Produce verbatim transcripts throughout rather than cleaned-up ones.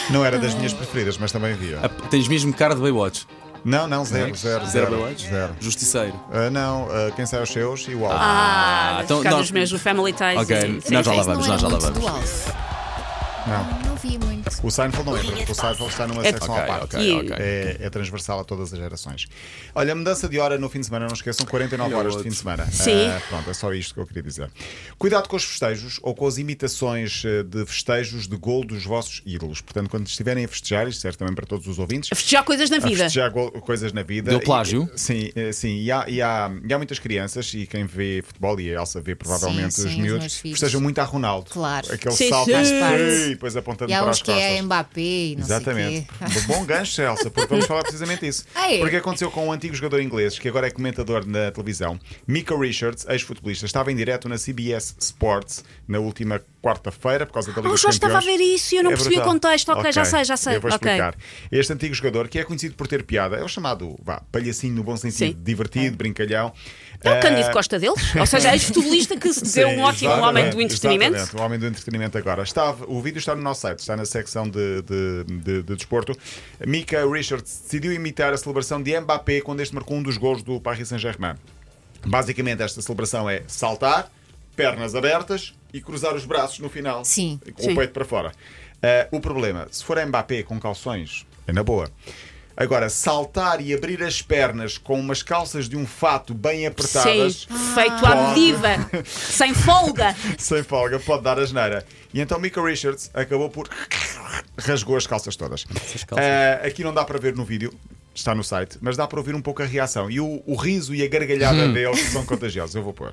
Não era das minhas preferidas, mas também via. Ah, tens mesmo cara de Baywatch. Não, não, zero, zero. Zero Baywatch? Zero. Justiceiro. Uh, não, uh, quem sai aos seus e o Alf. Ah, Ah, então então, nós- os meus, o Family Ties. Ok, e- nós já lá Esse não vamos, era nós já lá muito vamos. do Alf. Não. Não vi muito. O Seinfeld não entra, porque o Seinfeld está numa É- secção Ok, à parte. ok, E- ok. É, é transversal a todas as gerações. Olha, mudança de hora no fim de semana, não esqueçam, quarenta e nove horas de fim de semana. Sim. Ah, pronto, é só isto que eu queria dizer. Cuidado com os festejos ou com as imitações eh, de festejos de gol dos vossos ídolos. Portanto, quando estiverem a festejar, isto serve também para todos os ouvintes, A festejar coisas na a vida. festejar gol- coisas na vida. Deu plágio? E- sim, eh, sim. E há, e, há, e há muitas crianças, e quem vê futebol, e a Elsa vê provavelmente Sim, os sim, os miúdos, meus filhos. festejam muito a Ronaldo. Claro. Aquele Sim, salto sim. faz parte. e depois apontando E há para uns as que costas. é Mbappé e não Exatamente. sei o quê. Bom gancho, Elsa, porque vamos falar precisamente disso. Ah, é? Porque aconteceu com um antigo jogador inglês, que agora é comentador na televisão, Micah Richards, ex-futebolista, estava em direto na C B S Sports na última quarta-feira, por causa da Liga Ah, dos já estava a Campeões. ver isso e eu não É percebi o brutal. contexto. Ok, já sei, já sei. Eu vou Ok. explicar. Este antigo jogador, que é conhecido por ter piada, é o chamado vá, palhacinho no bom sentido, Sim. divertido, brincalhão. É o Ah, Cândido Costa deles. Ou seja, ex-futebolista que se deu Sim, um ótimo exatamente, homem do entretenimento. Exatamente, o homem do entretenimento agora. Estava, o vídeo está no nosso site, está na secção de, de, de, de desporto. Micah Richards decidiu imitar a celebração de Mbappé quando este marcou um dos gols do Paris Saint-Germain. Basicamente, esta celebração é saltar, pernas abertas e cruzar os braços no final, Sim. com Sim. o peito para fora. Ah, o problema, se for Mbappé com calções, é na boa. Agora, saltar e abrir as pernas com umas calças de um fato bem apertadas, Sim, feito à medida, sem folga. sem folga, pode dar asneira. E então Micah Richards acabou por rasgou as calças todas. calças. Ah, aqui não dá para ver no vídeo, está no site, mas dá para ouvir um pouco a reação. E o, o riso e a gargalhada Hum. dele são contagiosos. Eu vou pôr.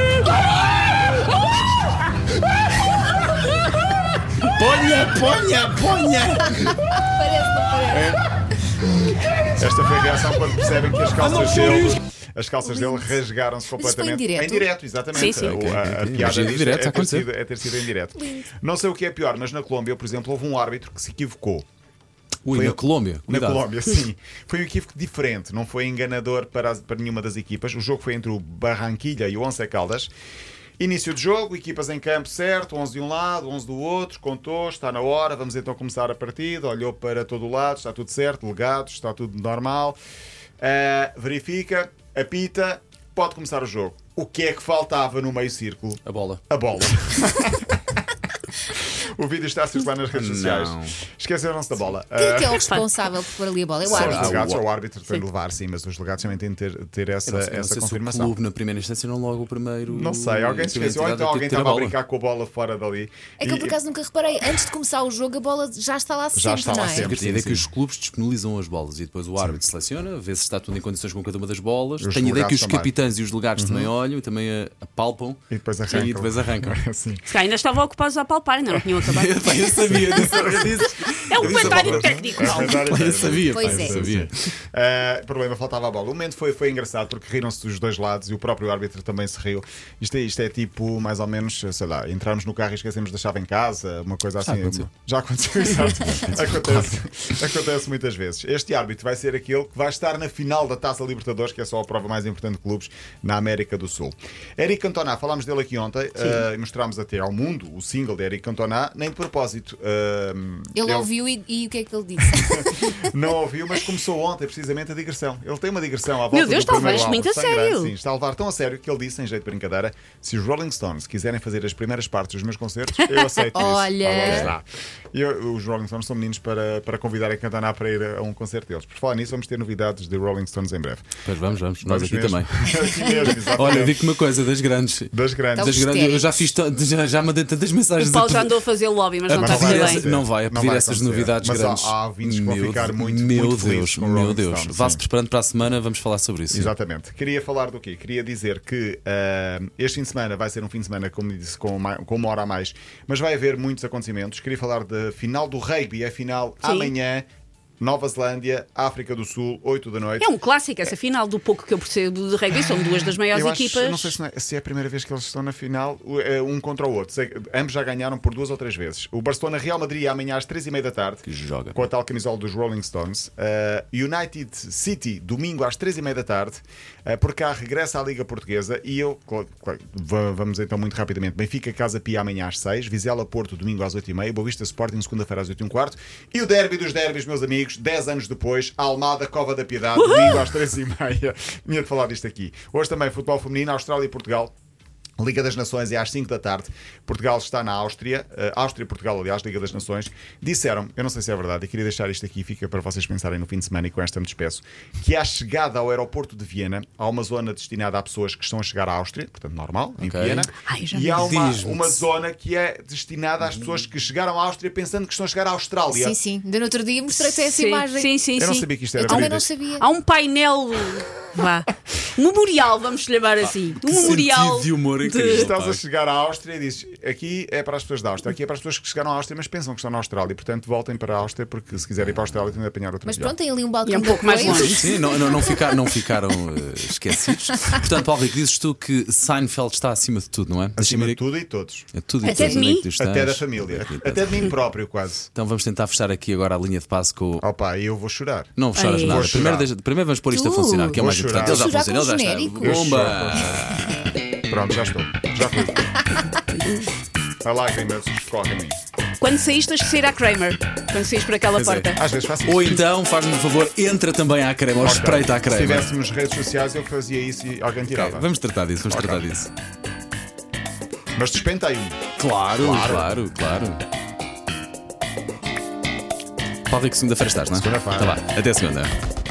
Ponha, ponha, ponha! Parece, não parece. Esta foi a reação quando percebem que as calças dele. As calças dele rasgaram-se Mas isto foi completamente. em direto? Em direto, exatamente. Sim, sim. A- Ok, a, a ok. piada Imagina disto direto a é, ter acontecer. sido, é ter sido em direto. Não sei o que é pior, mas na Colômbia, por exemplo, houve um árbitro que se equivocou. Ui, Foi na a- Colômbia. Na Cuidado. Colômbia, sim. Foi um equívoco diferente, não foi enganador para, as- para nenhuma das equipas. O jogo foi entre o Barranquilla e o Once Caldas. Início de jogo, equipas em campo certo, onze de um lado, onze do outro, contou, está na hora, vamos então começar a partida. Olhou para todo o lado, está tudo certo, legados, está tudo normal. Ah, verifica, apita, pode começar o jogo. O que é que faltava no meio círculo? A bola. A bola. O vídeo está a circular nas redes sociais. Não. Esqueceram-se da bola. Quem é que é o Ah, responsável por pôr ali a bola? É o são os árbitro. delegados, Ah, ou o- o árbitro tem de levar, sim, mas os delegados também têm de ter, ter essa, Eu não sei, eu não essa sei se o confirmação. clube na primeira instância não logo o primeiro. Não sei, alguém se esqueceu, ou então alguém estava a brincar com a bola fora dali. É que eu E- por acaso nunca reparei. Antes de começar o jogo, a bola já está lá sempre, está lá não é? sempre. Porque a ideia é Sim, que sim. os clubes disponibilizam as bolas e depois o árbitro seleciona, vê se está tudo em condições com cada uma das bolas. Os Tenho a ideia que os delegados também. capitães e os delegados também olham e também a- apalpam E depois arrancam. e depois arrancam. Sim. Se calhar ainda estavam ocupados a palpar, ainda não tinham acabado. Pá, eu sabia, eu sabia disso. É um comentário técnico. É um comentário Pá, eu técnico. sabia, Pois pá, eu é. sabia. Uh, problema, faltava a bola. O momento foi, foi engraçado porque riram-se dos dois lados e o próprio árbitro também se riu. Isto é, isto é tipo, mais ou menos, sei lá, entrarmos no carro e esquecemos da chave em casa, uma coisa assim. aconteceu. Já aconteceu, exato. acontece, acontece muitas vezes. Este árbitro vai ser aquele que vai estar na final da Taça Libertadores, que é só a prova mais importante de clubes na América do Sul. Eric Cantona, falámos dele aqui ontem uh, e mostrámos até ao mundo o single de Eric Cantona, nem de propósito. Uh, Ele ouviu e, e o que é que ele disse? Não ouviu, mas começou ontem precisamente a digressão. Ele tem uma digressão à volta Meu Deus, do primeiro talvez álbum, muito a sangrante, sério. Sim, está a levar tão a sério que ele disse, em jeito de brincadeira, se os Rolling Stones quiserem fazer as primeiras partes dos meus concertos, eu aceito isso. Olha. Ah, lá está. E eu- os Rolling Stones são meninos para, para convidar a Cantona para ir a um concerto deles. Por falar nisso, vamos ter novidades de Rolling Stones em breve. Pois vamos, vamos, nós Vamos aqui mesmo. também. Aqui mesmo, exatamente. Olha, digo-te uma coisa, das grandes. Das grandes. Então, Das grandes, eu já histéricos. fiz t- já, já mandei tantas mensagens O Paulo a já pedir- andou a fazer o lobby, mas não Mas está a pedir correr vai essa- bem. não vai, a Não pedir vai essas acontecer. novidades Mas há- grandes. há ouvintes que vão Meu ficar Deus, muito, meu muito felizes Deus, com o meu Rolling Deus. Stones, Vá-se sim. preparando para a semana, vamos falar sobre isso. Exatamente. Queria falar do quê? Queria dizer que ah, este fim de semana vai ser um fim de semana, como disse, com uma, com uma hora a mais, mas vai haver muitos acontecimentos. Queria falar da final do rugby, a final Sim. amanhã Nova Zelândia, África do Sul, oito da noite. É um clássico, essa final, do pouco que eu percebo de rugby, são duas das maiores Eu acho- equipas. não sei se, não é, se é a primeira vez que eles estão na final, o- é um contra o outro. Sei que ambos já ganharam por duas ou três vezes. O Barcelona Real Madrid amanhã às três e meia da tarde. Que joga. Com a tal camisola dos Rolling Stones. Uh, United City, domingo às três e meia da tarde. Uh, por cá regressa à Liga Portuguesa. E eu, cl- cl- va- vamos então muito rapidamente. Benfica Casa Pia amanhã às seis. Vizela Porto, domingo às oito e meia. Boa Vista Sporting, segunda-feira às oito e um quarto. E o derby dos derbys, meus amigos, dez anos depois, Almada Cova da Piedade, domingo às três e meia. Tinha de falar disto aqui. Hoje também futebol feminino, Austrália e Portugal. Liga das Nações é às cinco da tarde. Portugal está na Áustria. Uh, Áustria e Portugal, aliás, Liga das Nações. Disseram, eu não sei se é verdade, e queria deixar isto aqui, fica para vocês pensarem no fim de semana e com esta me despeço, que à chegada ao aeroporto de Viena há uma zona destinada a pessoas que estão a chegar à Áustria, portanto normal, em Ok. Viena. Ai, já E me há uma, diz-me. uma zona que é destinada às pessoas que chegaram à Áustria pensando que estão a chegar à Austrália. Sim, sim. Ainda no outro dia mostrei-te essa Sim, imagem. sim, sim, Eu não sim. sabia que isto Eu era também verídico. não sabia. Há um painel. Vá. Memorial, vamos chamar assim. Um que memorial. sentido de humor incrível. de- Estás a chegar à Áustria e dizes aqui é para as pessoas da Áustria, aqui é para as pessoas que chegaram à Áustria, mas pensam que estão na Austrália, e portanto voltem para a Áustria, porque se quiserem ir para a Austrália têm de apanhar outro Mas avião. pronto, tem ali um balcão E é um de pouco mais apoio. longe. Sim, não, não, não, ficar- não ficaram eh, esquecidos. Portanto, Paulo Rico, dizes tu que Seinfeld está acima de tudo, não é? Acima Deixa-me de ir- tudo e todos. É tudo e Até todos, de onde é mim? que tu estás? Até da família. Aqui estás. Até de mim próprio, quase. Então vamos tentar fechar aqui agora a linha de passe com o. Opa, eu vou chorar. Não choras Ai. nada. Vou chorar. Primeiro, deixa- primeiro vamos pôr isto a Tu. funcionar, que é o Vou mais chorar. importante. Ele já Chorar funciona, com ele já está. genérico. Bomba! Pronto, já estou. Já fui. A lágrima escorre em mim. Quando saíste, tens que sair à Kramer. Quando saíste por aquela Pois é. porta. Às vezes faço Ou isso. então, faz-me um favor, entra também à crema, ou Ok. espreita à Se crema. tivéssemos redes sociais, eu fazia isso e alguém tirava. Ok, Vamos tratar disso, vamos Ok. tratar disso. Mas despentei-me. Claro, Claro. claro, claro. Paulo Rico, segunda-feira estás, não é? Segunda-feira. Tá lá, até segunda.